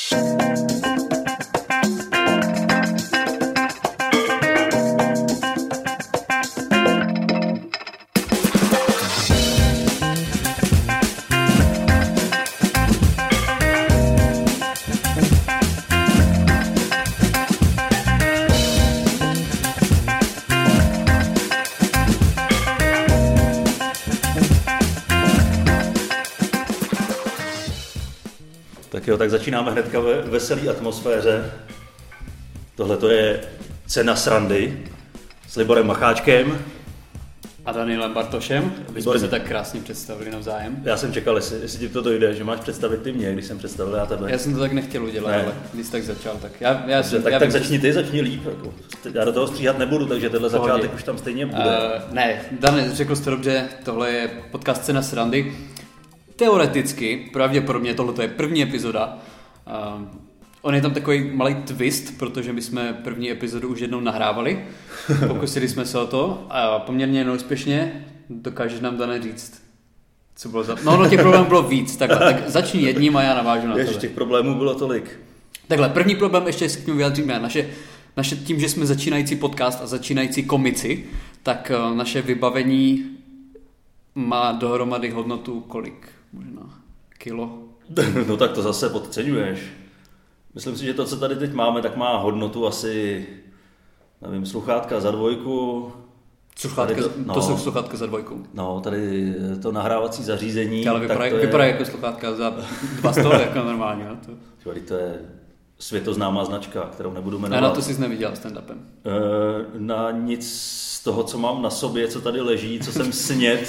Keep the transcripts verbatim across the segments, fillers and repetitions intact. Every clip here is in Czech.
Tak jo, tak začínáme hnedka ve veselé atmosféře. Tohle to je Cena srandy s Liborem Macháčkem a Danielem Bartošem. Vy jsme se tak krásně představili navzájem. Já jsem čekal, jestli, jestli ti to dojde, že máš představit ty mě, když jsem představil já tebe. Já jsem to tak nechtěl udělat, ne. Ale když jsi tak začal, tak já... já, Dobře, tak, já tak bych... začni ty, začni líp. Jako. Já do toho stříhat nebudu, takže tenhle Pohodě. Začátek už tam stejně bude. Uh, ne, Dane, řekl jsi to dobře, tohle je podcast Cena srandy. Teoreticky, pravděpodobně tohle je první epizoda. Uh, on je tam takový malý twist, protože my jsme první epizodu už jednou nahrávali. Pokusili jsme se o to a poměrně neúspěšně. Dokážeš nám, Dane, říct, co bylo za... No, no těch problémů bylo víc, takhle. Tak začni jedním a já navážu na to. Ještě těch problémů bylo tolik. Takhle, první problém, ještě se k němu vyjádřím já. Naše, naše, tím, že jsme začínající podcast a začínající komici, tak uh, naše vybavení má dohromady hodnotu kolik? Možná kilo. No tak to zase podceňuješ. Myslím si, že to, co tady teď máme, tak má hodnotu asi, nevím, sluchátka za dvojku. Sluchátka, to, no, to jsou sluchátka za dvojku. No, tady to nahrávací zařízení. Ale vypadá, to je... vypadá jako sluchátka za dva sto, jako normálně. No, to... to je světoznámá značka, kterou nebudu jmenovat. A na to jsi neviděl stand-upem? E, na nic z toho, co mám na sobě, co tady leží, co jsem snět.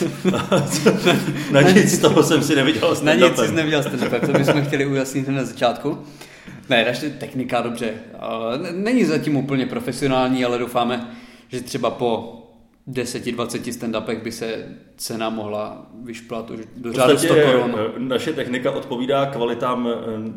na nic z toho jsem si neviděl stand-upem. Na nic jsi neviděl stand-upem, to bychom chtěli ujasnit na začátku. Ne, naše technika, dobře. Není zatím úplně profesionální, ale doufáme, že třeba po deset dvacet stand-upech by se cena mohla vyšplat už do řádu sto korun. Naše technika odpovídá kvalitám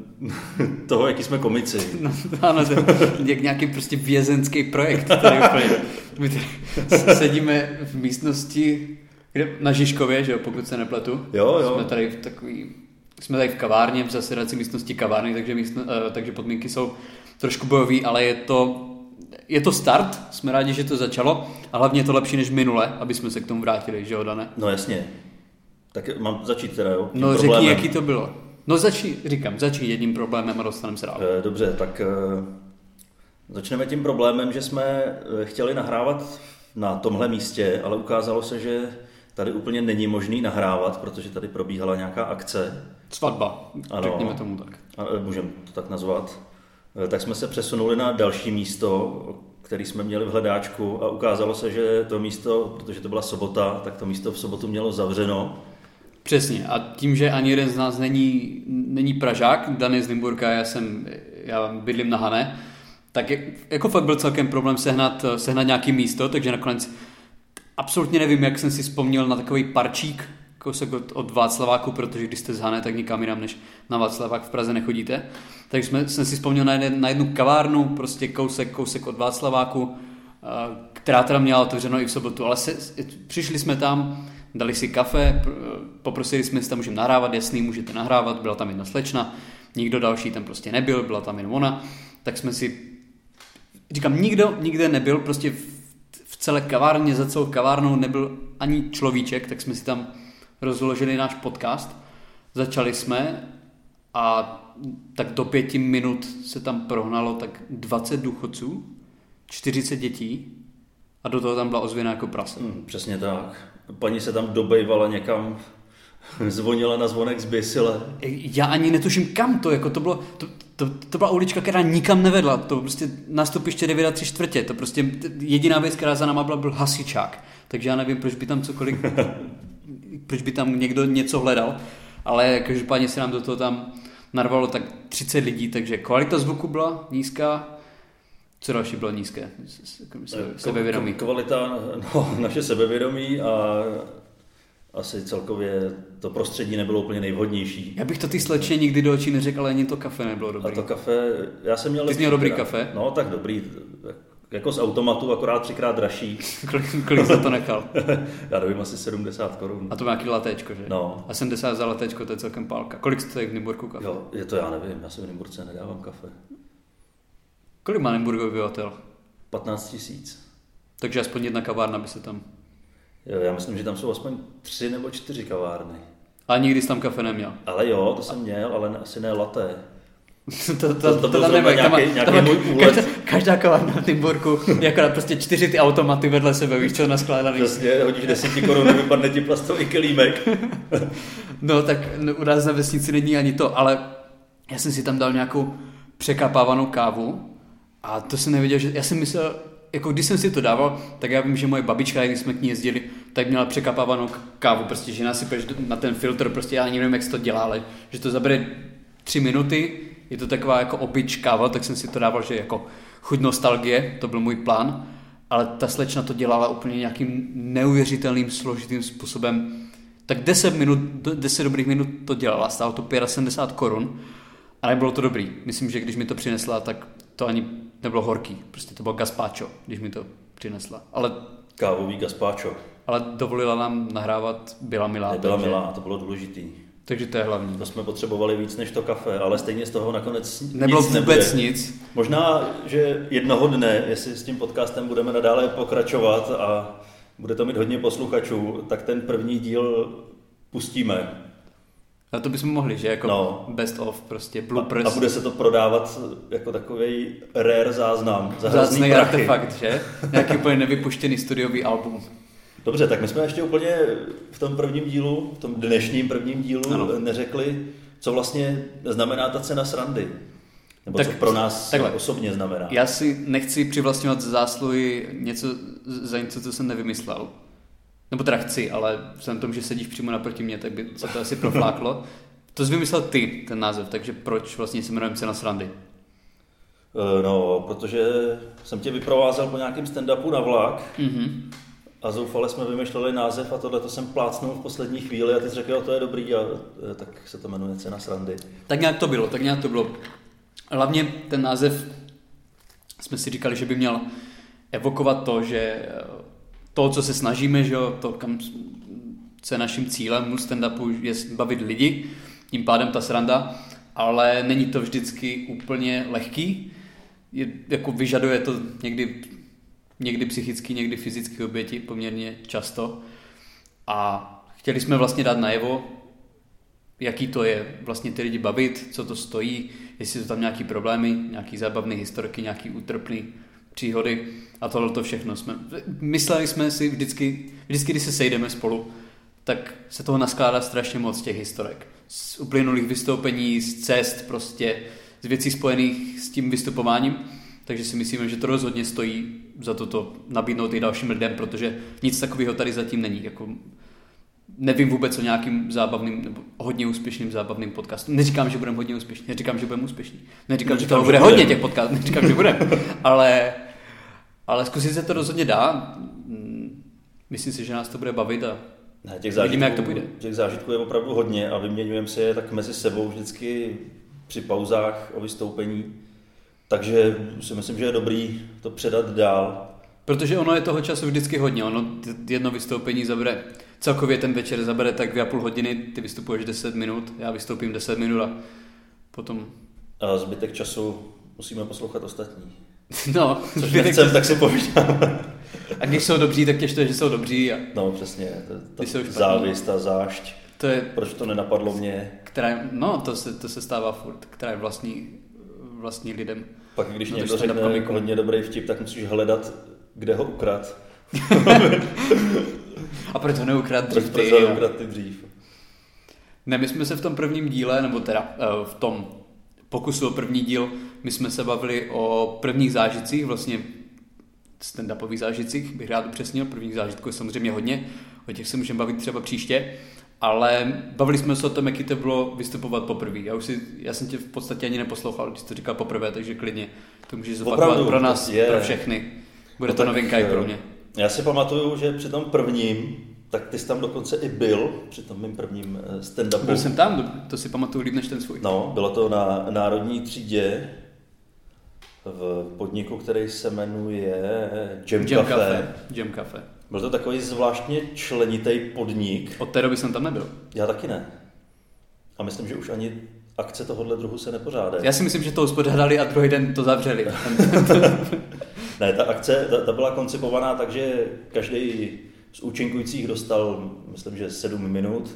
toho, jaký jsme komici. No, ano, to je nějaký prostě vězenský projekt. Tady úplně. My tady sedíme v místnosti kde, na Žižkově, že jo, pokud se nepletu. Jo, jo. Jsme tady v takový, jsme tady v kavárně, v zasedací místnosti kavárny, takže, místno, takže podmínky jsou trošku bojový, ale je to Je to start, jsme rádi, že to začalo a hlavně je to lepší než minule, aby jsme se k tomu vrátili, že jo, Dane? No jasně. Tak mám začít teda, jo? No řekni, problémem. Jaký to bylo. No začni, říkám, začni jedním problémem a dostaneme se dál. E, dobře, tak e, začneme tím problémem, že jsme chtěli nahrávat na tomhle místě, ale ukázalo se, že tady úplně není možný nahrávat, protože tady probíhala nějaká akce. Svatba, ano, řekněme tomu tak. Můžeme to tak nazvat. Tak jsme se přesunuli na další místo, který jsme měli v hledáčku a ukázalo se, že to místo, protože to byla sobota, tak to místo v sobotu mělo zavřeno. Přesně a tím, že ani jeden z nás není, není Pražák, Dan je z Nymburka, já, jsem, já bydlím na Hané, tak je, jako fakt byl celkem problém sehnat, sehnat nějaký místo, takže nakonec absolutně nevím, jak jsem si vzpomněl na takový parčík, kousek od, od Václaváku, protože když jste z Hané, tak nikam jinam než na Václavák v Praze nechodíte. Takže jsme, jsem si vzpomněl na, jeden, na jednu kavárnu, prostě kousek, kousek od Václaváku, která teda měla otevřeno i v sobotu, ale se, přišli jsme tam, dali si kafe, poprosili jsme, jestli tam můžeme nahrávat, jasný, můžete nahrávat, byla tam jedna slečna, nikdo další tam prostě nebyl, byla tam jen ona, tak jsme si, říkám, nikdo nikde nebyl, prostě v, v celé kavárně, za celou kavárnou nebyl ani človíček, tak jsme si tam rozložili náš podcast, začali jsme a tak do pěti minut se tam prohnalo tak dvacet důchodců, čtyřicet dětí a do toho tam byla ozvěna jako prase. Hmm, přesně tak. Paní se tam dobejvala někam, zvonila na zvonek zběsile. Já ani netuším kam to, jako to bylo, to, to, to byla ulička, která nikam nevedla, to prostě nastupiště devět a tři čtvrtě, to prostě jediná věc, která za náma byla, byl hasičák, takže já nevím, proč by tam cokoliv, proč by tam někdo něco hledal, ale každopádně se nám do toho tam narvalo tak třicet lidí, takže kvalita zvuku byla nízká. Co další bylo nízké? Sebevědomí. Kvalita, no, naše sebevědomí a asi celkově to prostředí nebylo úplně nejvhodnější. Já bych to ty slečně nikdy do očí neřekl, ale ani to kafe nebylo dobrý. A to kafe, já jsem měl... Ty jsi měl dobrý kafe? No, tak dobrý. jako z automatu, akorát třikrát dražší. kolik, kolik za to nechal? Já nevím, asi sedmdesát korun. A to má nějaký latéčko, že? No. A sedmdesát za latéčko, to je celkem pálka. Kolik stojí v Nymburku kafe? Jo, je to já nevím, já si v Nymburce nedávám kafe. Kolik má Nymburkový hotel? patnáct tisíc. Takže aspoň jedna kavárna by se tam... Jo, já myslím, že tam jsou aspoň tři nebo čtyři kavárny. A nikdy jsi tam kafe neměl? Ale jo, to jsem měl, ale asi ne latte. to, to, to, to, to tam nemají. Nějaký, nějaký tam, můj úlet. Každá, každá kavárna v Nymburku je akorát prostě čtyři ty automaty vedle sebe, víš co, naskládaný. Přesně, hodíš deseti korun, vypadne ti plastový kelímek. No tak no, u nás na vesnici není ani to, ale já jsem si tam dal nějakou překapávanou kávu a to jsem nevěděl, že já jsem myslel, jako když jsem si to dával, tak já vím, že moje babička, když jsme k ní jezdili, tak měla překapávanou kávu, prostě, že nasypeš na ten filtr, prostě já ani nevím, jak se to dělá, ale že to zabere tři minuty, je to taková jako obyč káva, tak jsem si to dával, že jako chuť nostalgie, to byl můj plán, ale ta slečna to dělala úplně nějakým neuvěřitelným složitým způsobem. Tak deset minut, deset dobrých minut to dělala, stálo to sedmdesát pět korun a nebylo to dobrý. Myslím, že když mi to přinesla, tak to ani nebylo horký, prostě to bylo gazpacho, když mi to přinesla. Ale kávový gazpacho. Ale dovolila nám nahrávat, byla milá. Byla takže, milá, to bylo důležitý. Takže to je hlavní. To jsme potřebovali víc než to kafe, ale stejně z toho nakonec nebylo nic vůbec nebude. nic. Možná, že jednoho dne, jestli s tím podcastem budeme nadále pokračovat a bude to mít hodně posluchačů, tak ten první díl pustíme. A to bychom mohli, že? Jako no. Best of, prostě bloopers. A, a bude se to prodávat jako takový rare záznam. Zácný artefakt, že? Nějaký úplně nevypuštěný studiový album. Dobře, tak my jsme ještě úplně v tom prvním dílu, v tom dnešním prvním dílu ano. neřekli, co vlastně znamená ta cena srandy. Nebo tak, co pro nás takhle. Osobně znamená. Já si nechci přivlastňovat zásluhy něco, za něco, co jsem nevymyslel. Nebo teda chci, ale vzhledem tomu, že sedíš přímo naproti mě, tak by se to asi profláklo. To jsi vymyslel ty, ten název, takže proč vlastně se jmenujeme Cena srandy? No, protože jsem tě vyprovázel po nějakém stand-upu na vlak mm-hmm. a zoufale jsme vymýšleli název a tohle to jsem plácnul v poslední chvíli a ty jsi řekl, jo, to je dobrý a tak se to jmenuje Cena srandy. Tak nějak to bylo, tak nějak to bylo. Hlavně ten název jsme si říkali, že by měl evokovat to, že to, co se snažíme, že jo, to, kam, co je naším cílem u stand-upu, je bavit lidi, tím pádem ta sranda, ale není to vždycky úplně lehký, je, jako vyžaduje to někdy, někdy psychicky, někdy fyzické oběti poměrně často a chtěli jsme vlastně dát najevo, jaký to je vlastně ty lidi bavit, co to stojí, jestli jsou tam nějaký problémy, nějaký zábavné historky, nějaký útrpný příhody a tohle to všechno jsme. Mysleli jsme si vždycky, vždycky, když se sejdeme spolu, tak se toho naskládá strašně moc těch historek. Z uplynulých vystoupení, z cest prostě, z věcí spojených s tím vystupováním, takže si myslíme, že to rozhodně stojí za toto nabídnout i dalším lidem, protože nic takového tady zatím není. Jako nevím vůbec o nějakým zábavným nebo hodně úspěšným zábavným podcastu. Neříkám, že budeme hodně úspěšní, neříkám, že budeme úspěšní. Neříkám, neříkám že toho bude hodně těch podcastů, neříkám, že budeme. Ale, ale zkusit se to rozhodně dá. Myslím si, že nás to bude bavit a ne, těch zážitků, vidíme, jak to půjde. Těch zážitků je opravdu hodně a vyměňujeme si je tak mezi sebou vždycky při pauzách o vystoupení. Takže si myslím, že je dobrý to předat dál. Protože ono je toho času vždycky hodně. Ono jedno vystoupení zabere, celkově ten večer zabere tak dvě a půl hodiny, ty vystupuješ deset minut, já vystoupím deset minut a potom... A zbytek času musíme poslouchat ostatní. No, což nechcem, času... tak si povídám. A když jsou dobří, tak těž to je, že jsou dobří. A... No přesně, to, to závist a zášť. To je... Proč to nenapadlo mě? Která je, no, to se, to se stává furt, která je vlastní, vlastní lidem. Pak když no, někdo řekne komiku. Hodně dobrý vtip, tak musíš hledat, kde ho ukrad. A proč ho neukrad dřív ty? Proč ho neukrad ty dřív? Ne, my jsme se v tom prvním díle, nebo teda v tom pokusu o první díl, my jsme se bavili o prvních zážitcích, vlastně stand-upových zážitcích, bych rád upřesnil, prvních zážitků je samozřejmě hodně, o těch se můžeme bavit třeba příště, ale bavili jsme se o tom, jaký to bylo vystupovat poprvé. Já už si, já jsem tě v podstatě ani neposlouchal, když jsi to říkal poprvé, takže klidně to můžeš zopakovat Opravdu, pro nás, je. Pro všechny. Bude no to novinka i pro mě. Já si pamatuju, že při tom prvním, tak ty jsi tam dokonce i byl, při tom mým prvním stand-upu. Byl jsem tam, to si pamatuju líp než ten svůj. No, bylo to na Národní třídě v podniku, který se jmenuje Jam, Jam Cafe. Cafe. Jam Cafe. Byl to takový zvláštně členitý podnik. Od té doby jsem tam nebyl. Já taky ne. A myslím, že už ani akce tohohle druhu se nepořádají. Já si myslím, že to uspořádali a druhý den to zavřeli. Ne, ta akce ta, ta byla koncipovaná tak, že každý z účinkujících dostal, myslím, že sedm minut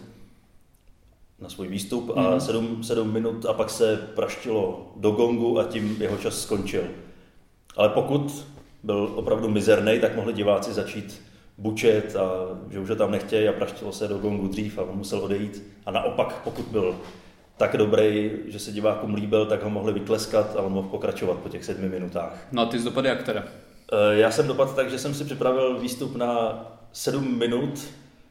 na svůj výstup a mm. sedm, sedm minut a pak se praštilo do gongu a tím jeho čas skončil. Ale pokud byl opravdu mizernej, tak mohli diváci začít bučet a že už ho tam nechtějí a praštilo se do gongu dřív a on musel odejít. A naopak, pokud byl tak dobrý, že se divákům líbil, tak ho mohli vytleskat a on mohl pokračovat po těch sedmi minutách. No a ty jsi dopadl jak teda? Já jsem dopadl tak, že jsem si připravil výstup na sedm minut.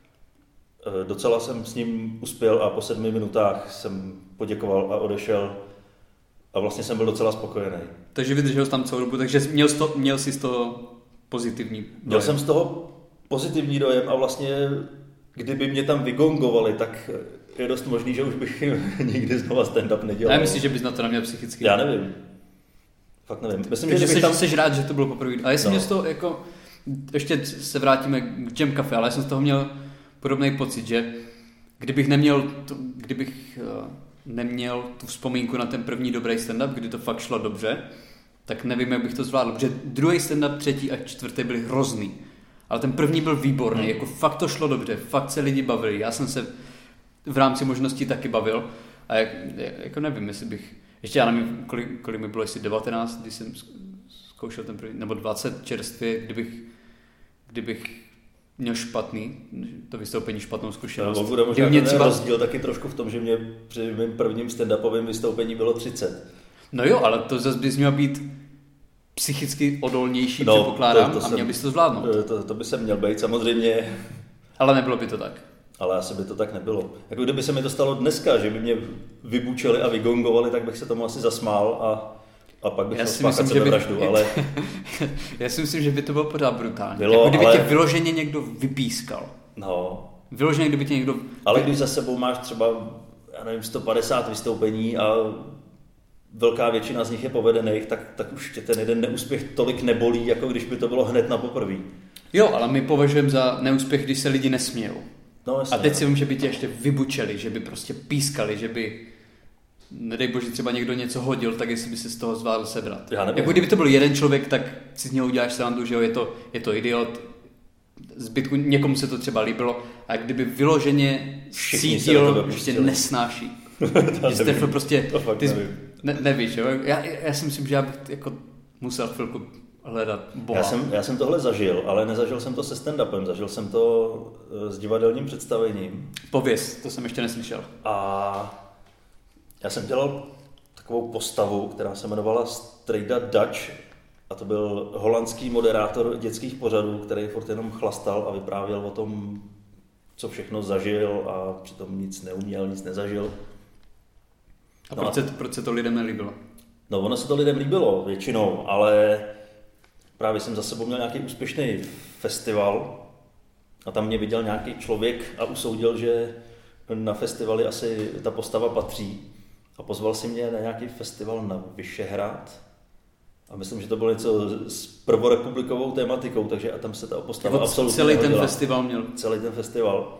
Docela jsem s ním uspěl a po sedmi minutách jsem poděkoval a odešel a vlastně jsem byl docela spokojený. Takže vydržel jsi tam celou dobu, takže měl jsi, to, měl jsi z toho pozitivní dojem. Měl jsem z toho pozitivní dojem a vlastně kdyby mě tam vygongovali, tak je dost možný, že už bych nikdy znova stand-up nedělal. Já myslím, že bys na to neměl psychicky. Já nevím. Fakt nevím. Myslím, Takže že jsi, tam... jsi rád, že to bylo poprvé. A já jsem no. měl z toho jako... Ještě se vrátíme k Jam Cafe, ale já jsem z toho měl podobný pocit, že kdybych neměl, tu, kdybych uh, neměl tu vzpomínku na ten první dobrý stand-up, kdy to fakt šlo dobře, tak nevím, jak bych to zvládl, protože druhý stand-up, třetí a čtvrtý byly hrozný. Ale ten první byl výborný, hmm. jako fakt to šlo dobře, fakt se lidi bavili, já jsem se v rámci možností taky bavil a jak, jako nevím, jestli bych, ještě já nevím, kolik, kolik mi bylo, jestli devatenáct, když jsem zkoušel ten první, nebo dvacet čerstvě, kdybych, kdybych měl špatný, to vystoupení špatnou zkušenost. No, bude možná ten třeba... rozdíl taky trošku v tom, že mě při mým prvním stand-upovém vystoupení bylo třicet. No jo, ale to zase bys měl být psychicky odolnější, no, předpokládám, to, to a jsem, měl bys to zvládnout. To, to by se měl být, samozřejmě. Ale nebylo by to tak. Ale asi by to tak nebylo. Jako kdyby se mi to stalo dneska, že by mě vybučeli a vygongovali, tak bych se tomu asi zasmál a, a pak bych šel spáchat sebevraždu, by... ale... Já si myslím, že by to bylo pořád brutální. Bylo, jako kdyby ale... tě vyloženě někdo vypískal. No. Vyloženě, kdyby tě někdo... Ale když za sebou máš třeba, já nevím, sto padesát vystoupení a velká většina z nich je povedených, tak, tak už tě ten jeden neúspěch tolik nebolí, jako když by to bylo hned na poprvé. Jo, ale my považujeme za neúspěch, když se lidi nesmějou. No, jasně, a teď si vím, že by tě ještě vybučeli, že by prostě pískali, že by, nedej bože, třeba někdo něco hodil, tak jestli by se z toho zvládl sebrat. Já nevím. Jako kdyby to byl jeden člověk, tak si z něho uděláš srandu, že jo, je to, je to idiot, zbytku, někomu se to třeba líbilo, a kdyby vyloženě všichni cítil, že tě nesnáší. Že jste to prostě, to ty ne, nevíš, jo? Já, já si myslím, že já bych jako musel chvilku hledat Boha. Já jsem, já jsem tohle zažil, ale nezažil jsem to se stand-upem, zažil jsem to s divadelním představením. Pověz, to jsem ještě neslyšel. A já jsem dělal takovou postavu, která se jmenovala Strejda Dutch, a to byl holandský moderátor dětských pořadů, který furt jenom chlastal a vyprávěl o tom, co všechno zažil a přitom nic neuměl, nic nezažil. A proč, no, se, proč se to lidem nelíbilo? No, ono se to lidem líbilo většinou, ale právě jsem za sebou měl nějaký úspěšný festival a tam mě viděl nějaký člověk a usoudil, že na festivali asi ta postava patří a pozval si mě na nějaký festival na Vyšehrad a myslím, že to bylo něco s prvorepublikovou tematikou, takže a tam se ta postava jako absolutně celý nehodila. ten festival měl. Celý ten festival.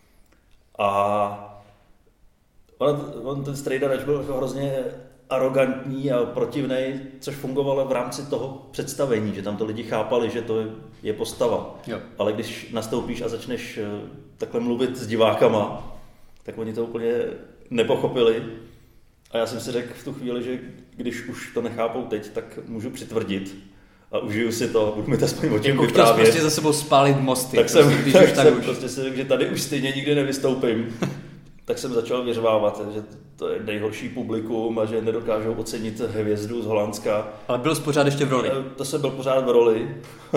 A on, on ten Strejda Dutch byl jako hrozně arrogantní a protivnej, což fungovalo v rámci toho představení, že tam to lidi chápali, že to je postava. Jo. Ale když nastoupíš a začneš takhle mluvit s divákama, tak oni to úplně nepochopili. A já jsem si řekl v tu chvíli, že když už to nechápou teď, tak můžu přitvrdit a užiju si to a budu mít aspoň o čem jako vyprávět. Chtěl prostě za sebou spálit mosty. Tak jsem, prostě, tak už tady jsem už. prostě si řekl, že tady už stejně nikdy nevystoupím. Tak jsem začal vyřvávat, že to je nejhorší publikum a že nedokážou ocenit hvězdu z Holandska. Ale byl jsi pořád ještě v roli. To jsem byl pořád v roli.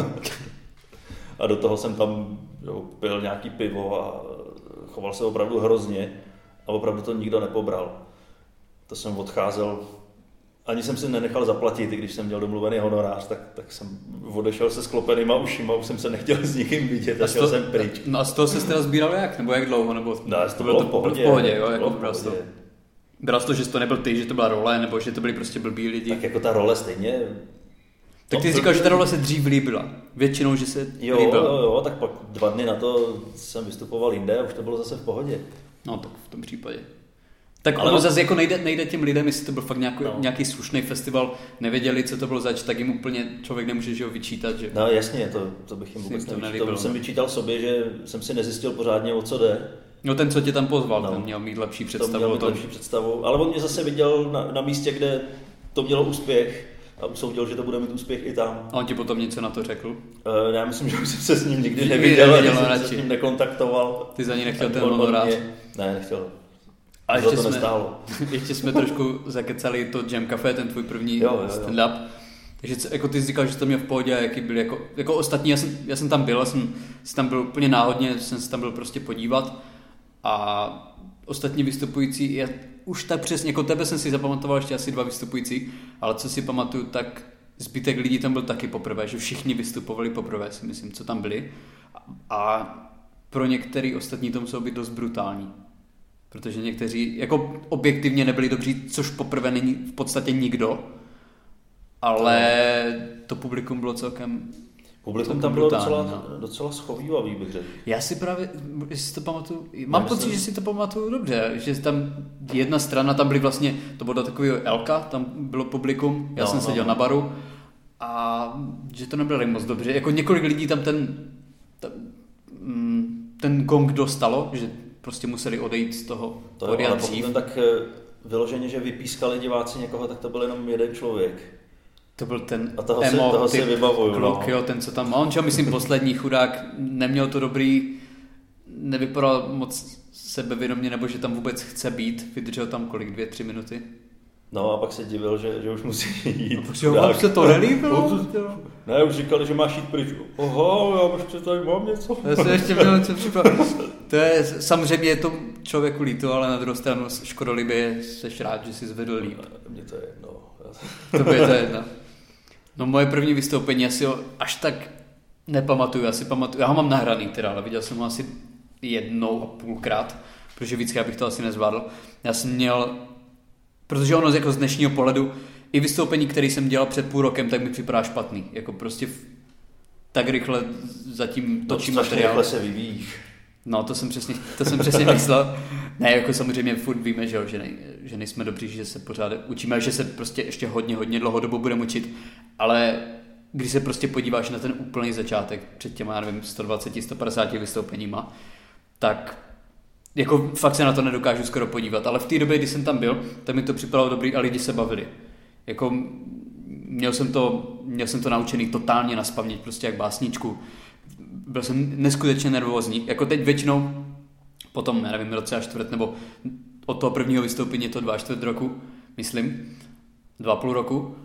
A do toho jsem tam jo, pil nějaký pivo a choval se opravdu hrozně. A opravdu to nikdo nepobral. To jsem odcházel, ani jsem si nenechal zaplatit, i když jsem měl domluvený honorář, tak, tak jsem odešel se sklopenýma ušima, už jsem se nechtěl s nikým vidět a šel jsem pryč. No a z toho se teda sbíral jak? Nebo jak dlouho? Nebo no, to bylo v pohodě. V pohodě, jo, jako v pohodě. Bral jsi to, že to nebyl ty, že to byla role, nebo že to byli prostě blbí lidi? Tak jako ta role stejně... Tak ty jsi říkal, že ta role se dřív líbila. Většinou, že se jo, líbila. Jo, jo, tak pak dva dny na to jsem vystupoval jinde a už to bylo zase v pohodě. No tak v tom případě. Tak ale ono zase jako nejde, nejde těm lidem, jestli to byl fakt nějaký, no. nějaký slušný festival, nevěděli, co to bylo zač, tak jim úplně člověk nemůže že ho vyčítat. Že... No jasně, to, to bych jim vůbec to nevyčítal. To jsem vyčítal sobě, že jsem si nezjistil pořádně, o co jde. No ten, co tě tam pozval, no. ten měl mít lepší představu. To měl mít lepší představu, ale on mě zase viděl na, na místě, kde to mělo úspěch a usoudil, že to bude mít úspěch i tam. A on ti potom něco na to řekl? Uh, já myslím, že už jsem se s ním nikdy neviděl, ani jsem se s ním nekontaktoval. Ty za ní nechtěl ten honorát? Ne, nechtěl. A ještě to jsme, nestálo. ještě jsme trošku zakecali to Jam Café, ten tvůj první jo, jo, stand-up. Takže jako ty jsi říkal, že to měl v pohodě a jaký byl jako, jako ostatní, já jsem, já jsem tam byl, já jsem si tam byl úplně náhodně, jsem se tam byl prostě podívat a ostatní vystupující, já už tak přesně, jako tebe jsem si zapamatoval ještě asi dva vystupující, ale co si pamatuju, tak zbytek lidí tam byl taky poprvé, že všichni vystupovali poprvé, si myslím, co tam byli a pro některý ostatní to muselo být dost brutální. Protože někteří jako objektivně nebyli dobří, což poprvé není v podstatě nikdo, ale to publikum bylo celkem... Publikum tam bylo docela, no. docela schovývavý, bych řekl. Já si právě, jestli si to pamatuju, mám Já pocit, myslím... že si to pamatuju dobře, že tam jedna strana, tam byly vlastně, to bylo takového Elka, tam bylo publikum, já no, jsem no, seděl no. na baru a že to nebylo moc dobře, jako několik lidí tam ten, ten, ten gong dostalo, že prostě museli odejít z toho to jo, ale pokud tak vyloženě, že vypískali diváci někoho, tak to byl jenom jeden člověk. To byl ten a toho emo, si, toho typ, si vybavuju, kluk, no. jo, ten, co tam má. On, čo, myslím, poslední chudák, neměl to dobrý, nevypadal moc sebevědomě, nebo že tam vůbec chce být. Vydržel tam kolik, dvě, tři minuty? No a pak se divil, že, že už musí jít. No, protože vám se to nelíbilo? Ne, už říkali, že máš jít pryč. Oho, já ještě tady mám něco. Já jsem ještě měl něco připravit. To je, samozřejmě je to člověku líto, ale na druhou stranu škodolibě seš rád, že jsi zvedl líp. Mně to je jedno. To je to jedno. No moje první vystoupení, já si ho až tak nepamatuju, já si pamatuju, já ho mám nahraný teda, ale viděl jsem ho asi jednou a půlkrát, protože víc já bych to asi nezvládl. Já jsem měl, protože ono jako z dnešního pohledu, i vystoupení, který jsem dělal před půl rokem, tak mi připadá špatný. Jako prostě tak rychle zatím točím materiál. Rychle se vyvíjíš. No, to jsem přesně, to jsem přesně myslel. Ne, jako samozřejmě furt víme, že, že, ne, že nejsme dobří, že se pořád učíme, že se prostě ještě hodně, hodně dlouhodobu budeme učit, ale když se prostě podíváš na ten úplný začátek před těma, já nevím, sto dvacet, sto padesát vystoupeníma, tak jako fakt se na to nedokážu skoro podívat, ale v té době, kdy jsem tam byl, tak mi to připadalo dobrý a lidi se bavili. Jako měl jsem to, měl jsem to naučený totálně naspamět, prostě jak básničku. Byl jsem neskutečně nervózní. Jako teď většinou, potom, já nevím, roce a čtvrt, nebo od toho prvního vystoupení je to dva a čtvrt roku, myslím, dva a půl roku.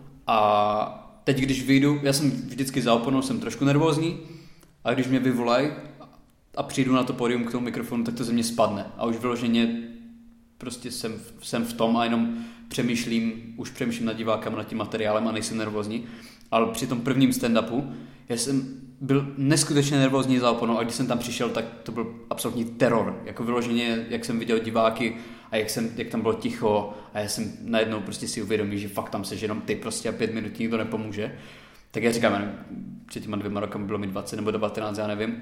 A teď, když vyjdu, já jsem vždycky za oponou, jsem trošku nervózní, a když mě vyvolají a přijdu na to pódium k tomu mikrofonu, tak to ze mě spadne. A už vyloženě prostě jsem, jsem v tom a jenom přemýšlím, už přemýšlím nad divákama, nad tím materiálem a nejsem nervózní. Ale při tom prvním stand-upu, já jsem byl neskutečně nervózní za oponou a když jsem tam přišel, tak to byl absolutní teror. Jako vyloženě, jak jsem viděl diváky a jak, jsem, jak tam bylo ticho a já jsem najednou prostě si uvědomil, že fakt tam seš jenom ty prostě a pět minut nikdo nepomůže. Tak já říkám, před těma dvěma rokama bylo mi dvacet nebo devatenáct, já nevím.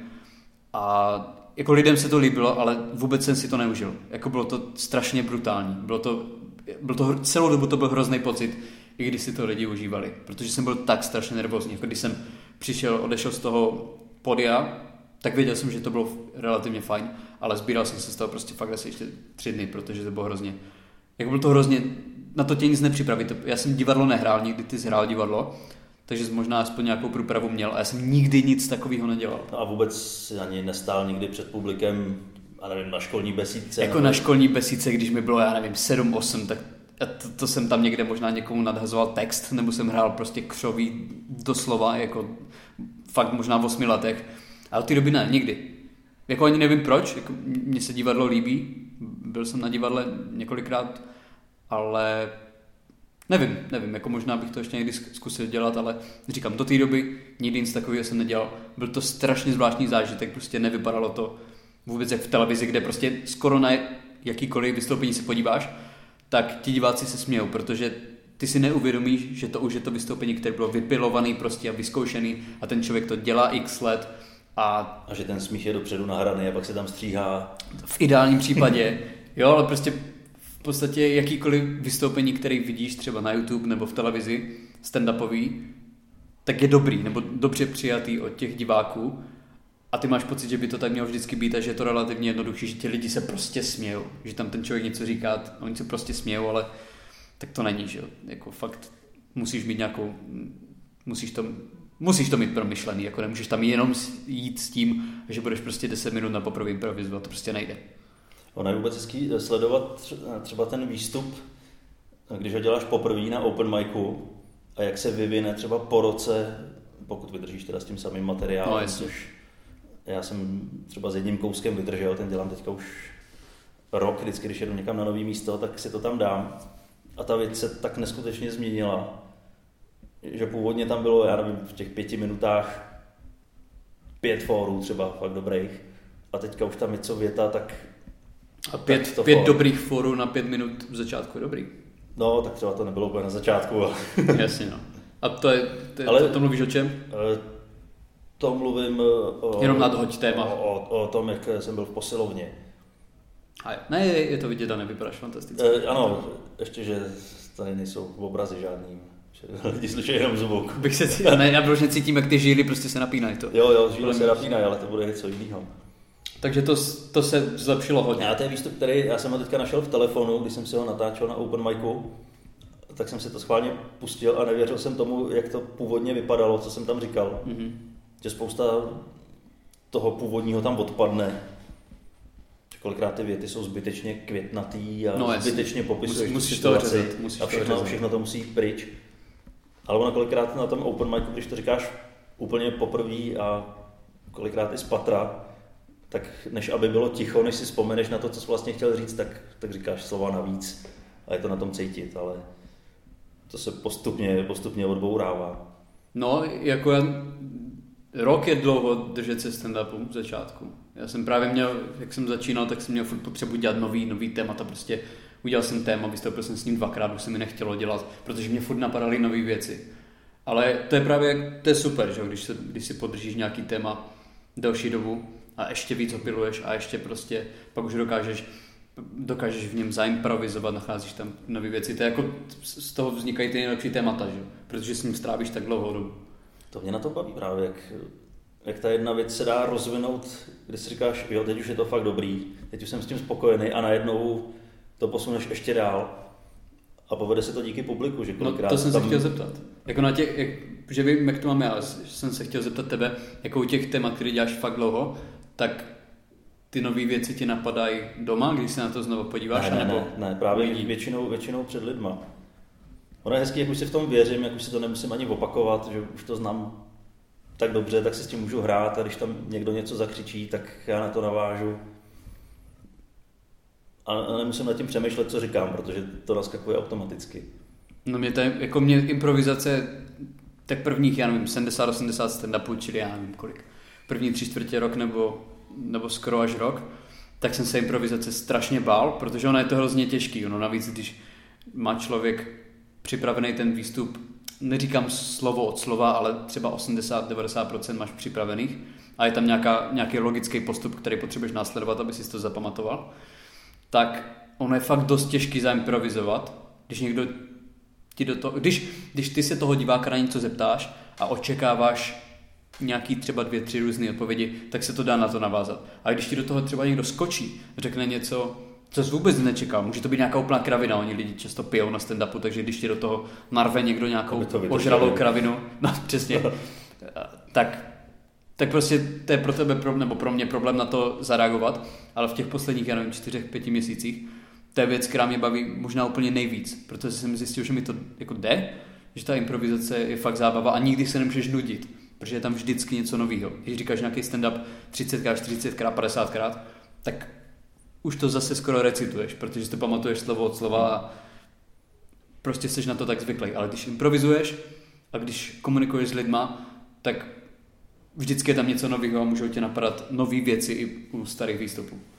A jako lidem se to líbilo, ale vůbec jsem si to neužil. Jako bylo to strašně brutální. Bylo to, bylo to celou dobu to byl hrozný pocit, i když si to lidi užívali. Protože jsem byl tak strašně nervózní. Jako když jsem přišel, odešel z toho podia, tak věděl jsem, že to bylo relativně fajn, ale sbíral jsem se z toho prostě fakt asi ještě tři dny, protože to bylo hrozně. Jako bylo to hrozně, na to tě nic nepřipraví. Já jsem divadlo nehrál, nikdy ty jsi hrál divadlo, takže jsem možná aspoň nějakou průpravu měl a já jsem nikdy nic takového nedělal. No a vůbec ani nestál nikdy před publikem, a nevím, na školní besídce. Jako nebo... na školní besídce, když mi bylo, já nevím, sedm osm, tak to, to jsem tam někde možná někomu nadhazoval text, nebo jsem hrál prostě křoví doslova, jako fakt možná v osmi letech. Ale od té doby ne, nikdy. Jako ani nevím proč, jako mně se divadlo líbí, byl jsem na divadle několikrát, ale nevím, nevím, jako možná bych to ještě někdy zkusil dělat, ale říkám, do té doby nikdy nic takového jsem nedělal. Byl to strašně zvláštní zážitek, prostě nevypadalo to vůbec jak v televizi, kde prostě skoro na jakýkoliv vystoupení se podíváš, tak ti diváci se smějou, protože ty si neuvědomíš, že to už je to vystoupení, které bylo vypilovaný prostě a vyzkoušený a ten člověk to dělá x let a... A že ten smích je dopředu nahraný a pak se tam stříhá. V ideálním případě, jo, ale prostě v podstatě jakýkoliv vystoupení, který vidíš třeba na YouTube nebo v televizi, stand-upový, tak je dobrý, nebo dobře přijatý od těch diváků a ty máš pocit, že by to tak mělo vždycky být a že je to relativně jednoduchý, že ti lidi se prostě smějou, že tam ten člověk něco říká, oni se prostě smějou, ale tak to není, že jo, jako fakt musíš mít nějakou, musíš to, musíš to mít promyšlený, jako nemůžeš tam jenom jít s tím, že budeš prostě deset minut na poprvé improvizovat, to prostě nejde. Ono je vůbec hezký sledovat třeba ten výstup, když ho děláš poprvé na open micu a jak se vyvine třeba po roce, pokud vydržíš teda s tím samým materiálem, no, což já jsem třeba s jedním kouskem vydržel, ten dělám teďka už rok, vždycky, když jedu někam na nový místo, tak si to tam dám. A ta věc se tak neskutečně změnila, že původně tam bylo, já nevím, v těch pěti minutách pět fórů třeba fakt dobrých. A teďka už tam něco věta, tak... A pět, tak pět dobrých fórů na pět minut v začátku je dobrý. No, tak třeba to nebylo úplně na začátku. Ale... Jasně, no. A to je, to, je, ale, to, to mluvíš o čem? To mluvím o... Jenom nadhoď téma. O, o, o tom, jak jsem byl v posilovně. A je, ne, je to vidět a nevypadáš fantasticky. E, ano, ještě, že tady nejsou obrazy žádný. Lidi slyší jenom zvuk. Bych se cítil, ne, já vložně cítím, jak ty žíly prostě se napínají. To. Jo, jo, žíly se napínají, ale to bude něco jiného. Takže to, to se zlepšilo hodně. Já to je výstup, který já jsem ho teďka našel v telefonu, když jsem si ho natáčel na open micu, tak jsem si to schválně pustil a nevěřil jsem tomu, jak to původně vypadalo, co jsem tam říkal. Mm-hmm. Že spousta toho původního tam odpadne. Kolikrát ty věty jsou zbytečně květnatý a no, zbytečně popisuješ musíš situaci to musíš a všechno, to všechno to musí jít pryč. Ale ono kolikrát na tom open micu, když to říkáš úplně poprvé a kolikrát i z patra, tak než aby bylo ticho, než si vzpomeneš na to, co jsi vlastně chtěl říct, tak, tak říkáš slova navíc a je to na tom cítit, ale to se postupně, postupně odbourává. No, jako já, rok je dlouho držet se stand-upu v začátku. Já jsem právě měl, jak jsem začínal, tak jsem měl furt potřebu dělat nový, nový témata, prostě udělal jsem téma, vystoupil jsem s ním dvakrát, už se mi nechtělo dělat, protože mě furt napadaly nové věci. Ale to je právě, to je super, že? Když, se, když si podržíš nějaký téma delší dobu a ještě víc opiluješ a ještě prostě pak už dokážeš, dokážeš v něm zaimprovizovat, nacházíš tam nové věci. To je jako, z toho vznikají ty nejlepší témata, že? Protože s ním strávíš tak dlouhou dobu. To mě na to baví právě, jak, jak ta jedna věc se dá rozvinout, když si říkáš, jo, teď už je to fakt dobrý, teď už jsem s tím spokojený a najednou to posuneš ještě dál a povede se to díky publiku, že kolikrát... No, to jsem tam... se chtěl zeptat. Jako na těch, jak, že vím, jak to mám já, jsem se chtěl zeptat tebe, jako u těch témat, které děláš fakt dlouho, tak ty nové věci ti napadají doma, když se na to znovu podíváš? Ne, ne, nebo ne, ne právě většinou, většinou před lidma. Ono je hezký, jak už si v tom věřím, jak už si to nemusím ani opakovat, že už to znám tak dobře, tak si s tím můžu hrát a když tam někdo něco zakřičí, tak já na to navážu. A nemusím nad tím přemýšlet, co říkám, protože to naskakuje automaticky. No mě to je, jako mě improvizace, tak prvních, já nevím, sedmdesát osmdesát stand-upů, čili já nevím kolik, první tři čtvrtě rok nebo, nebo skoro až rok, tak jsem se improvizace strašně bál, protože ono je to hrozně těžký. Ono navíc, když má člověk připravený ten výstup, neříkám slovo od slova, ale třeba osmdesát až devadesát procent máš připravených a je tam nějaká, nějaký logický postup, který potřebuješ následovat, aby si to zapamatoval, tak ono je fakt dost těžký zaimprovizovat, když někdo ti do toho, když, když ty se toho diváka na něco zeptáš a očekáváš nějaký třeba dvě, tři různé odpovědi, tak se to dá na to navázat. A když ti do toho třeba někdo skočí, řekne něco, co jsi vůbec nečekal, může to být nějaká úplná kravina, oni lidi často pijou na stand-upu, takže když ti do toho narve někdo nějakou ožralou kravinu, no přesně, tak, tak prostě to je pro tebe problém, nebo pro mě problém na to zareagovat, ale v těch posledních, já nevím, čtyřech, pěti měsících, to je věc, která mě baví možná úplně nejvíc, protože jsem zjistil, že mi to jako jde, že ta improvizace je fakt zábava a nikdy se nemůžeš nudit, protože je tam vždycky něco nového. Když říkáš nějaký stand-up třicetkrát, čtyřicetkrát, padesátkrát, tak už to zase skoro recituješ, protože si to pamatuješ slovo od slova a prostě jsi na to tak zvyklý. Ale když improvizuješ a když komunikuješ s lidma, tak vždycky je tam něco nového a můžou tě napadat nové věci i u starých výstupů.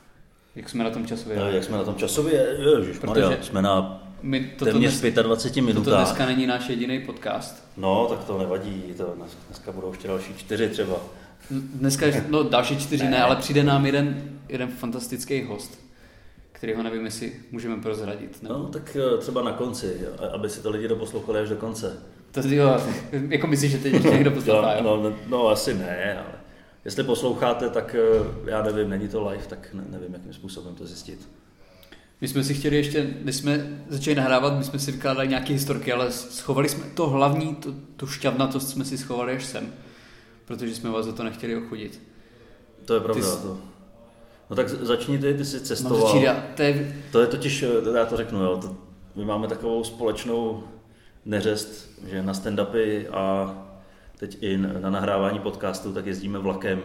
Jak jsme na tom časově? No, jak jsme na tom časově? Ježišmarja, jsme na téměř dvacet pět minutách. Toto dneska není náš jediný podcast. No, tak to nevadí, to dneska budou ještě další čtyři třeba. Dneska, no další čtyři ne, ne ale přijde nám jeden, jeden fantastický host, kterýho nevím, jestli můžeme prozradit. Nebo... No, tak třeba na konci, aby si to lidi doposlouchali až do konce. To jo, jako myslíš, že teď ještě někdo poslouchá, jo? No, no, no, asi ne, ale jestli posloucháte, tak já nevím, není to live, tak nevím, jakým způsobem to zjistit. My jsme si chtěli ještě, když jsme začali nahrávat, my jsme si vykládali nějaké historky, ale schovali jsme to hlavní, to, tu šťavnatost jsme si schovali až sem, protože jsme vás za to nechtěli ochudit. To je pravda. Jsi... To. No tak začni ty, ty jsi cestoval. No, začít, já, to, je... to je totiž, já to řeknu, jo, to, my máme takovou společnou neřest, že na stand-upy a teď i na nahrávání podcastu, tak jezdíme vlakem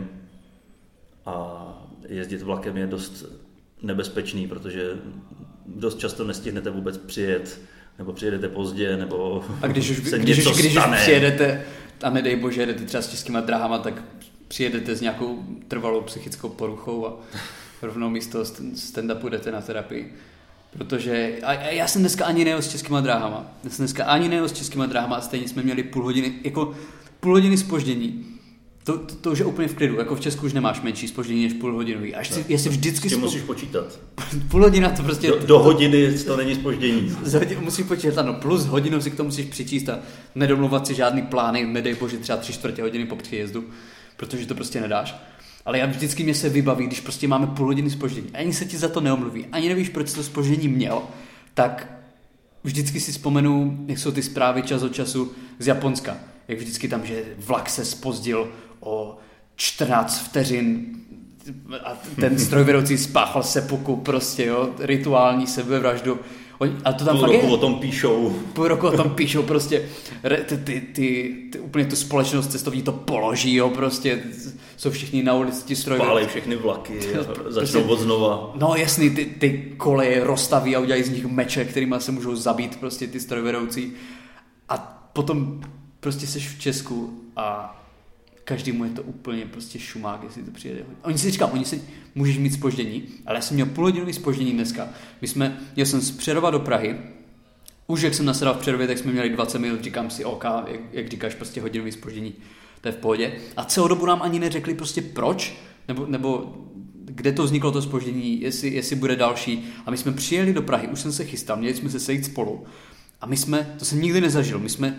a jezdit vlakem je dost nebezpečný, protože dost často nestihnete vůbec přijet, nebo přijedete pozdě, nebo a když už, se když něco už, když stane. Už přijedete, a nedej bože, jedete třeba s českýma dráhama, tak přijedete s nějakou trvalou psychickou poruchou a rovnou místo stand-upu jdete na terapii. Protože a já jsem dneska ani nejel s českýma dráhama. Já jsem dneska ani nejel s českýma dráhama a stejně jsme měli půl hodiny, jako půl hodiny zpoždění. To, to, to už je úplně v klidu, jako v Česku už nemáš menší zpoždění než půl hodinový. Až si, jestli vždycky... S tím musíš počítat. Půl hodina to prostě... Do, do hodiny to není zpoždění. Musíš počítat, ano, plus hodinu si k tomu musíš přičíst a nedomluvat si žádný plány, nedej bože třeba tři čtvrtě hodiny po příjezdu, protože to prostě nedáš. Ale já vždycky mě se vybaví, když prostě máme půl hodiny zpoždění. Ani se ti za to neomluví, ani nevíš, proč to zpoždění měl, tak vždycky si vzpomenu, jak jsou ty zprávy čas od času z Japonska. Jak vždycky tam, že vlak se zpozdil o čtrnáct vteřin a ten strojvedoucí spáchal seppuku, prostě, jo, rituální sebevraždu. A to tam půl fakt roku je. o tom píšou. Půl roku o tom píšou, prostě ty, ty, ty, ty úplně tu společnost cestovní to položí, jo, prostě jsou všichni na ulici ti strojvedoucí. Spálej všechny vlaky a začnou od znova. No jasný, ty, ty koleje rozstaví a udělají z nich meče, kterýma se můžou zabít prostě ty strojvedoucí. A potom prostě seš v Česku a každému je to úplně prostě šumák, jestli to přijede. Oni si říkám, oni si můžeš mít zpoždění, ale já jsem měl půlhodinový zpoždění dneska. My jsme, já jsem z Přerova do Prahy, už jak jsem nasedal v Přerově, tak jsme měli dvacet minut, říkám si, OK, jak, jak říkáš, prostě hodinový zpoždění, to je v pohodě. A celou dobu nám ani neřekli prostě proč, nebo, nebo kde to vzniklo to zpoždění, jestli, jestli bude další. A my jsme přijeli do Prahy, už jsem se chystal, měli jsme se sejít spolu. A my jsme, to jsem nikdy nezažil, my jsme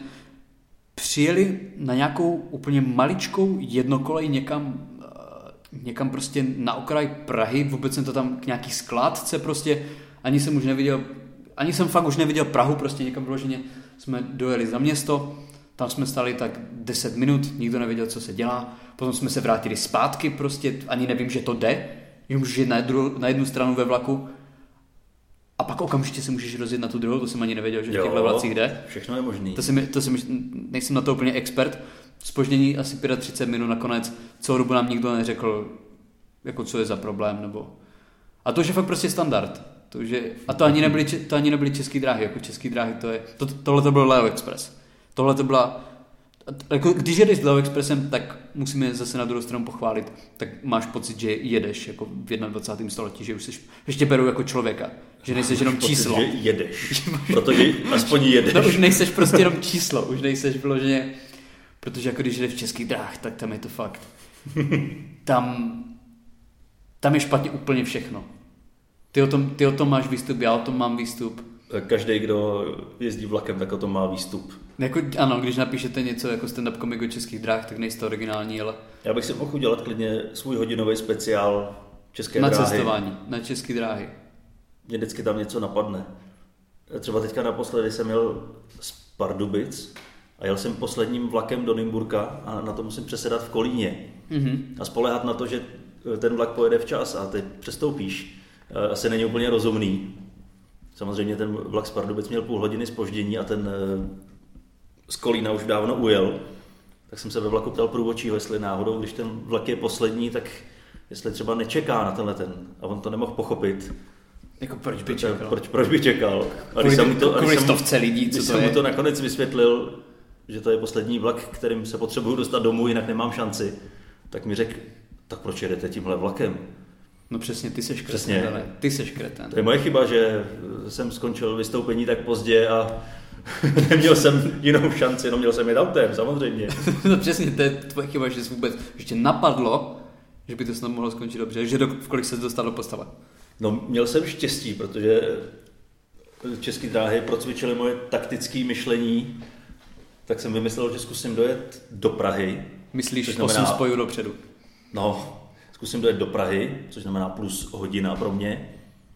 přijeli na nějakou úplně maličkou jednokolej někam, někam prostě na okraj Prahy, vůbec jsem to tam k nějaký skládce prostě, ani jsem už neviděl, ani jsem fakt už neviděl Prahu, prostě někam vyloženě jsme dojeli za město, tam jsme stali tak deset minut, nikdo nevěděl, co se dělá, potom jsme se vrátili zpátky, prostě ani nevím, že to jde, že můžeš jít na, dru, na jednu stranu ve vlaku, a pak okamžitě se můžeš rozjet na tu druhou, to jsem ani nevěděl, že v těchto vlacích jde. Všechno je možný. To jsem, to jsem, nejsem na to úplně expert. Zpoždění asi třicet pět minut nakonec, celou dobu nám nikdo neřekl, jako co je za problém, nebo... A to už je fakt prostě standard. To už je, a to ani nebyly, to ani nebyly český dráhy, jako český dráhy, to je... To, tohle to byl Leo Express. Tohle to byla... Jako, když jedeš s Leo Expressem, tak musíme zase na druhou stranu pochválit, tak máš pocit, že jedeš jako v dvacátém prvním století, že už jsi, ještě berou jako člověka, že nejseš jenom pocit, číslo. Že jedeš, protože aspoň jedeš. No už nejseš prostě jenom číslo, už nejseš vyloženě, protože jako když jdeš v českých dráh, tak tam je to fakt. Tam, tam je špatně úplně všechno. Ty o tom, ty o tom máš výstup, já o tom mám výstup. Každý, kdo jezdí vlakem, tak o tom má výstup. Jako, ano, když napíšete něco jako stand-up komik o českých dráh, tak nejste originální, ale... Já bych si mohl udělat klidně svůj hodinový speciál české na dráhy. Na cestování, na české dráhy. Mě vždycky tam něco napadne. Třeba teďka naposledy jsem jel z Pardubic a jel jsem posledním vlakem do Nymburka a na to musím přesedat v Kolíně. Mm-hmm. A spoléhat na to, že ten vlak pojede včas a ty přestoupíš. Asi není úplně rozumný. Samozřejmě ten vlak z Pardubic měl půl hodiny zpoždění a ten z Kolína už dávno ujel. Tak jsem se ve vlaku ptal průvodčího, jestli náhodou, když ten vlak je poslední, tak jestli třeba nečeká na tenhle ten. A on to nemohl pochopit. Jako proč by čekal? Proč, proč by čekal? A když jsem mu to, když jsem, lidí, co když to jsem je? mu to nakonec vysvětlil, že to je poslední vlak, kterým se potřebuju dostat domů, jinak nemám šanci, tak mi řekl, tak proč jedete tímhle vlakem? No přesně, ty seš Přesně. kreten, ale ty seš kreten. To je moje chyba, že jsem skončil vystoupení tak pozdě a neměl jsem jinou šanci, no měl jsem jít autem, samozřejmě. No přesně, to je tvoje chyba, že jsi vůbec, že tě napadlo, že by to snad mohlo skončit dobře, že do, v kolik se dostal do postave. No měl jsem štěstí, protože České dráhy procvičily moje taktické myšlení, tak jsem vymyslel, že zkusím dojet do Prahy. Myslíš znamená, osm spojů dopředu? No, zkusím dojet do Prahy, což znamená plus hodina pro mě.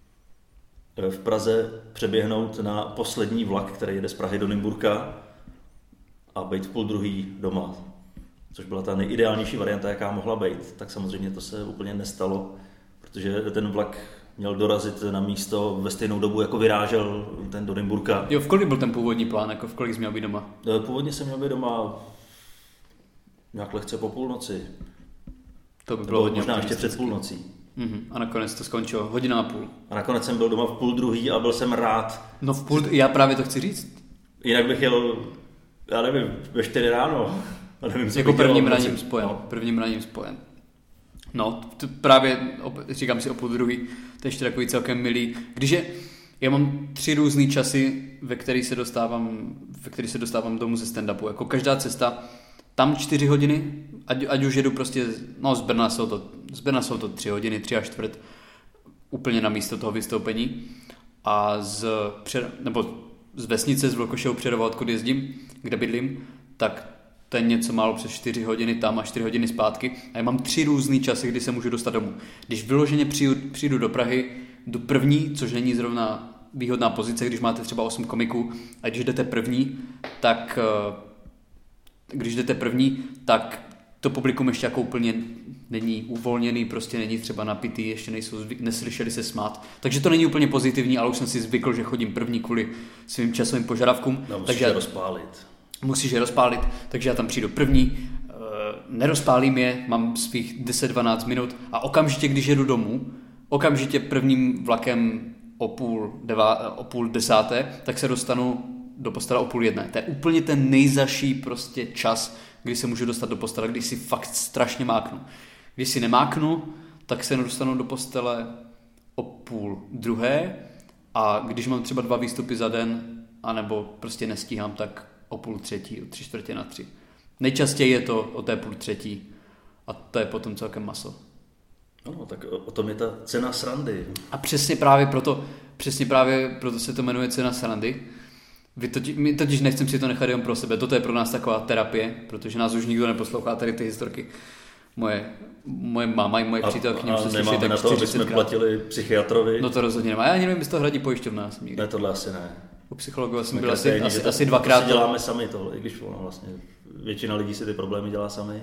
V Praze přeběhnout na poslední vlak, který jede z Prahy do Nymburka a být v půl druhý doma. Což byla ta nejideálnější varianta, jaká mohla být. Tak samozřejmě to se úplně nestalo, protože ten vlak měl dorazit na místo ve stejnou dobu, jako vyrážel ten do Nymburka. Jo, v kolik byl ten původní plán, jako v kolik jsi měl být doma? Původně jsem měl být doma nějak lehce po půlnoci. To by bylo hodně možná ještě před půlnocí. Mm-hmm. A nakonec to skončilo hodina a půl. A nakonec jsem byl doma v půl druhý a byl jsem rád. No v půl, já právě to chci říct. Jinak bych jel, já nevím, ve čtyři ráno. A nevím, jako prvním raním spojen. No. Prvním raním spojen. No, to právě říkám si o půl druhý, to je ještě takový celkem milý. Když je, já mám tři různý časy, ve kterých se dostávám, ve kterých se dostávám domů ze stand-upu. Jako každá cesta, tam čtyři hodiny, ať, ať už jedu prostě, no z Brna jsou to, z Brna jsou to tři hodiny, tři a čtvrt, úplně na místo toho vystoupení. A z, nebo z vesnice, z Vlkošeho Přerova, odkud jezdím, kde bydlím, tak to je něco málo přes čtyři hodiny tam a čtyři hodiny zpátky. A já mám tři různý časy, kdy se můžu dostat domů. Když vyloženě přijdu, přijdu do Prahy, do první, což není zrovna výhodná pozice, když máte třeba osm komiků, a když jdete první, tak když jdete první, tak to publikum ještě jako úplně není uvolněný, prostě není třeba napitý, ještě nejsou zvyk, neslyšeli se smát. Takže to není úplně pozitivní, ale už jsem si zvykl, že chodím první kvůli svým časovým požadavkům. No, musíš takže je rozpálit. Musíš je rozpálit, takže já tam přijdu první, nerozpálím je, mám svých deset dvanáct minut a okamžitě, když jedu domů, okamžitě prvním vlakem o půl, devá, o půl desáté, tak se dostanu do postele o půl jedné. To je úplně ten nejzaší prostě čas, kdy se můžu dostat do postele, když si fakt strašně máknu. Když si nemáknu, tak se dostanu do postele o půl druhé a když mám třeba dva výstupy za den, anebo prostě nestíhám, tak o půl třetí, o tři čtvrtě na tři. Nejčastěji je to o té půl třetí a to je potom celkem maso. No, tak o tom je ta cena srandy. A přesně právě proto, přesně právě proto se to jmenuje cena srandy. Vy totiž, my totiž nechcem si to nechat jenom pro sebe. Toto je pro nás taková terapie, protože nás už nikdo neposlouchá tady ty historky. Moje, moje máma i moje přítelkyně už se slyší tak na to, aby jsme platili psychiatrovi. No to rozhodně nemá. Já ani nevím, jestli to hradí pojišťovna. Já jsem nikdy. Ne, tohle asi ne. U psychologa jsem byl asi, asi, asi dvakrát. To si děláme sami tohle, i když ono vlastně většina lidí si ty problémy dělá sami.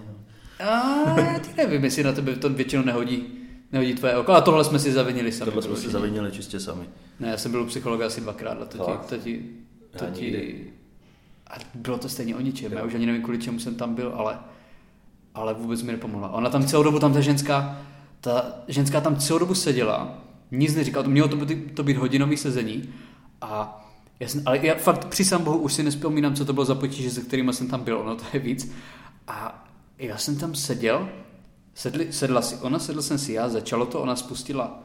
A já ty nevím, jestli na tebe to většinou nehodí, nehodí tvoje oko. A tohle jsme si zavinili sami. Tohle jsme si zavinili čistě sami. Ne, já jsem byl u psychologa asi dvakrát a to ti, to ti, to ti, a bylo to stejně o ničem. Já už ani nevím, kvůli čemu jsem tam byl, ale, ale vůbec mi nepomohla. Ona tam celou dobu, tam ta ženská, ta ženská tam celou dobu seděla, nic neříkala, to mělo to být, to být hodinový sezení a já jsem, ale já fakt při sám bohu už si nespomínám, co to bylo za potíže, se kterými jsem tam byl, ono to je víc. A já jsem tam seděl, sedli, sedla si ona, sedl jsem si já, začalo to, ona spustila,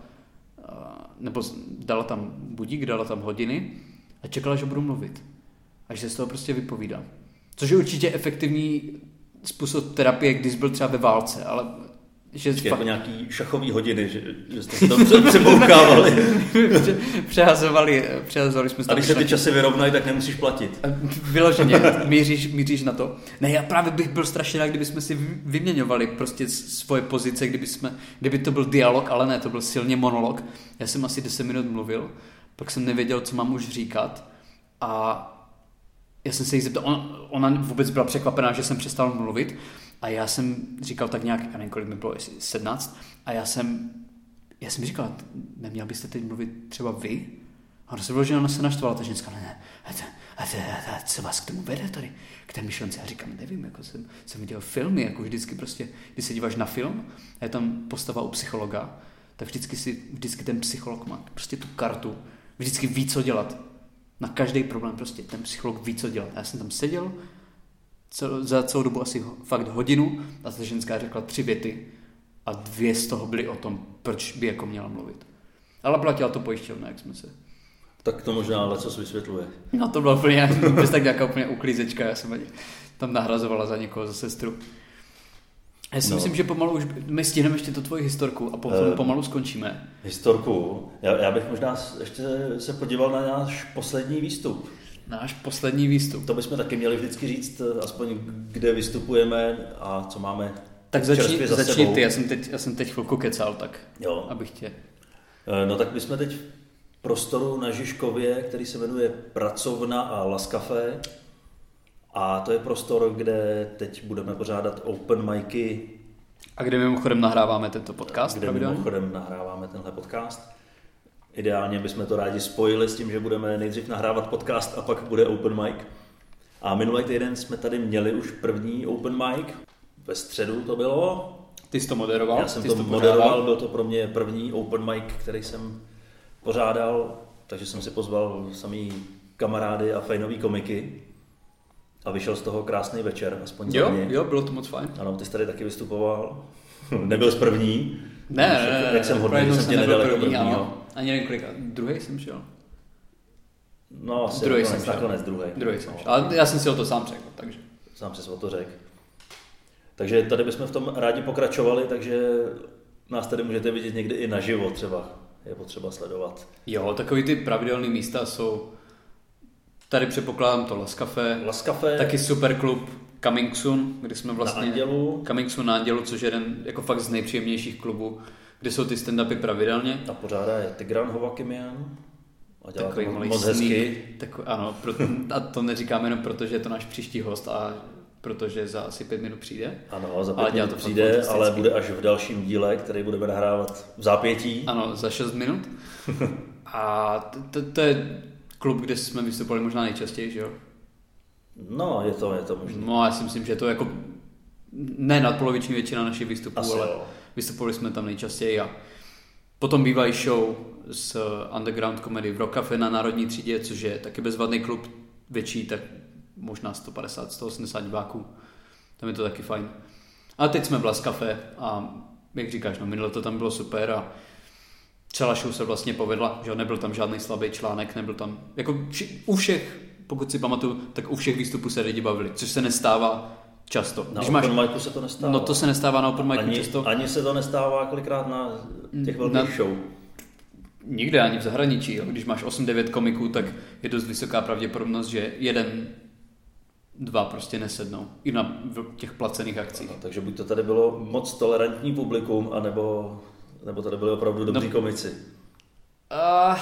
nebo dala tam budík, dala tam hodiny a čekala, že budu mluvit. A že se z toho prostě vypovídám. Což je určitě efektivní způsob terapie, když byl třeba ve válce, ale že fakt... jako nějaký šachový hodiny, že, že jste to přepoukávali. přehazovali, přehazovali jsme. A když se ty časy vyrovnají, tak nemusíš platit. Vyloženě, míříš, míříš na to. Ne, já právě bych byl strašně rád, kdyby jsme si vyměňovali prostě svoje pozice, kdyby, jsme, kdyby to byl dialog, ale ne, to byl silně monolog. Já jsem asi deset minut mluvil, pak jsem nevěděl, co mám už říkat a já jsem se jí zeptal, on, ona vůbec byla překvapená, že jsem přestal mluvit a já jsem říkal tak nějak, já nevím, kolik mi bylo, sedmnáct, a já jsem, já jsem říkal, neměl byste teď mluvit třeba vy? A ona se bylo, že ona se naštvala, ta ženská, ne, ne, a, to, a, to, a, a co vás k tomu vede tady, k té myšlence? Já říkám, nevím, jako jsem, jsem viděl filmy, jako vždycky prostě, když se díváš na film, a je tam postava u psychologa, tak vždycky, si, vždycky ten psycholog má prostě tu kartu, vždycky ví, co dělat. Na každý problém prostě ten psycholog ví, co dělat. Já jsem tam seděl cel, za celou dobu asi fakt hodinu a ta ženská řekla tři věty a dvě z toho byly o tom, proč by jako měla mluvit. Ale platila to pojišťovna, jak jsme se... Tak to možná ale co vysvětluje. No to bylo úplně bez tak nějaká úplně uklízečka, já jsem tam nahrazovala za někoho, za sestru. Já si no. myslím, že pomalu už, my stihneme ještě tu tvoji historku a potom uh, pomalu skončíme. Historku? Já, já bych možná ještě se podíval na náš poslední výstup. Náš poslední výstup. To bychom taky měli vždycky říct, aspoň kde vystupujeme a co máme. Tak začni, za začni ty, já jsem, teď, já jsem teď chvilku kecal, tak jo. Abych tě... No tak my jsme teď v prostoru na Žižkově, který se jmenuje Pracovna a Las Café. A to je prostor, kde teď budeme pořádat open micy. A kde mimochodem nahráváme tento podcast? Kde pravidelně? mimochodem nahráváme tenhle podcast. Ideálně bychom to rádi spojili s tím, že budeme nejdřív nahrávat podcast a pak bude open mic. A minulý týden jsme tady měli už první open mic. Ve středu to bylo. Ty jsi to moderoval? Já jsem Ty to, to moderoval, byl to pro mě první open mic, který jsem pořádal, takže jsem si pozval samý kamarády a fajnový komiky. A vyšel z toho krásný večer, aspoň jo, za mě. Jo, bylo to moc fajn. Ano, ty jsi tady taky vystupoval. Nebyl jsi první. Ne, ne, ne. Jak jsem hodný, jsem tě nedal jako prvního. Ani nevím kolika. Druhý jsem šel. No, asi druhý nakonec, jsem nakonec druhý. Druhý jsem šel. Ale já jsem si o to sám řekl, takže. Sám jsi o to řekl. Takže tady bychom v tom rádi pokračovali, takže nás tady můžete vidět někdy i naživo třeba. Je potřeba sledovat. Jo, takový ty pravidelné místa jsou... Tady předpokládám to Las Café, Las Café, taky super klub Coming Soon, kde jsme vlastně... Na Andělu. Coming Soon na Andělu, což je jeden jako fakt z nejpříjemnějších klubů, kde jsou ty stand-upy pravidelně. A pořádá je Tigran Hovakimian. A dělá takový to malý moc hezky. Takový, ano, proto, a to neříkáme jenom proto, že je to náš příští host a protože za asi pět minut přijde. Ano, za pět minut to přijde, ale bude až v dalším díle, který budeme nahrávat v zápětí. Ano, za šest minut. A to, to, to je klub, kde jsme vystupovali možná nejčastěji, že jo? No, je to, je to možná. No, já si myslím, že je to jako ne nadpoloviční většina našich výstupů, Asi ale jo. Vystupovali jsme tam nejčastěji a potom bývají show z Underground Comedy v Rock Café na Národní třídě, což je taky bezvadný klub, větší, tak možná sto padesát sto osmdesát diváků. Tam je to taky fajn. A teď jsme v Las Café a jak říkáš, no minule to tam bylo super a celá show se vlastně povedla, že nebyl tam žádný slabý článek, nebyl tam, jako u všech, pokud si pamatuju, tak u všech výstupů se lidi bavili, což se nestává často. Na Když open máš, micu se to nestává. No to se nestává na open micu ani, často. Ani se to nestává kolikrát na těch velkých na, show. Nikde, ani v zahraničí. Jo. Když máš osm devět komiků, tak je dost vysoká pravděpodobnost, že jeden, dva prostě nesednou. I na těch placených akcích. No, takže buď to tady bylo moc tolerantní publikum, anebo, nebo tady byli opravdu dobří no. komici. Uh,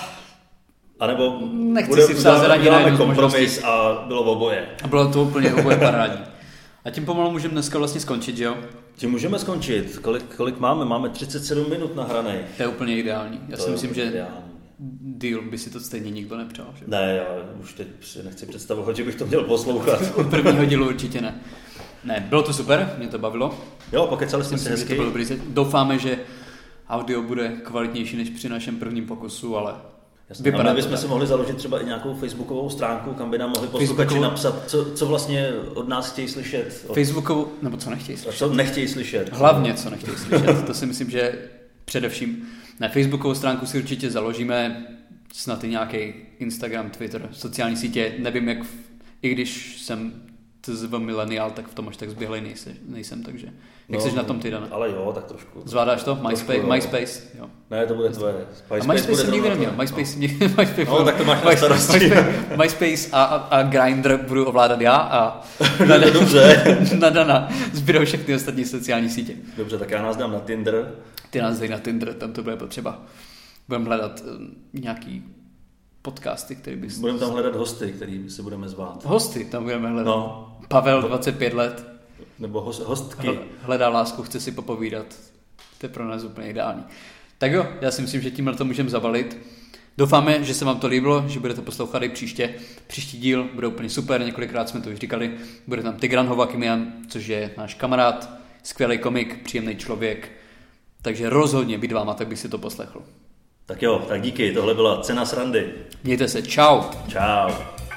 a nebo nechci si vsázet ani na jednu kompromis a bylo oboje. A bylo to úplně oboje parádní. A tím pomalu můžeme dneska vlastně skončit, že jo? Tím můžeme skončit. Kolik, kolik máme? Máme třicet sedm minut nahranej. To je úplně ideální. Já to si myslím, že ideální. Deal by si to stejně nikdo nepřál. Že? Ne, já už teď si nechci představovat, že bych to měl poslouchat. Od prvního dílu určitě ne. Ne, bylo to super, mě to bavilo. Jo, pokecali jsme se hezky. Doufáme, že audio bude kvalitnější než při našem prvním pokusu, ale jasně, a my bychom si mohli založit třeba i nějakou facebookovou stránku, kam by nám mohli posluchači napsat, co, co vlastně od nás chtějí slyšet. Od... Facebookovou, nebo co nechtějí slyšet. Co nechtějí slyšet. Hlavně, co nechtějí slyšet. To si myslím, že především. Na facebookovou stránku si určitě založíme, snad i nějaký Instagram, Twitter, sociální sítě. Nevím, jak, v, i když jsem tzv. Millennial, tak v tom až tak zběhlej nejsem, nejsem takže jak no, jsi na tom ty, Dana? Ale jo, tak trošku. Zvládáš to? MySpace? Trošku, MySpace, jo. Ne, to bude tvoje. MySpace, a MySpace jsem nikdy neměl. MySpace, no. MySpace, no, tak to máš na starosti. MySpace, MySpace a, a, a Grindr budu ovládat já a na, dobře. na Dana zbydou všechny ostatní sociální sítě. Dobře, tak já nás dám na Tinder. Ty nás dej na Tinder, tam to bude potřeba. Budeme hledat uh, nějaký podcasty, který bys... Budeme tam hledat hosty, který si budeme zvát. Hosty tam budeme hledat. No. Pavel, dvacet pět let. Nebo host, hostky. Hledá lásku, chce si popovídat. To je pro nás úplně ideální. Tak jo, já si myslím, že tímhle to můžeme zavalit. Doufáme, že se vám to líbilo, že budete poslouchat i příště. Příští díl bude úplně super, několikrát jsme to už říkali. Bude tam Tigran Hovakimian, což je náš kamarád, skvělý komik, příjemný člověk. Takže rozhodně být váma, tak bych si to poslechl. Tak jo, tak díky, tohle byla Cena srandy. Mějte se, čau. Čau.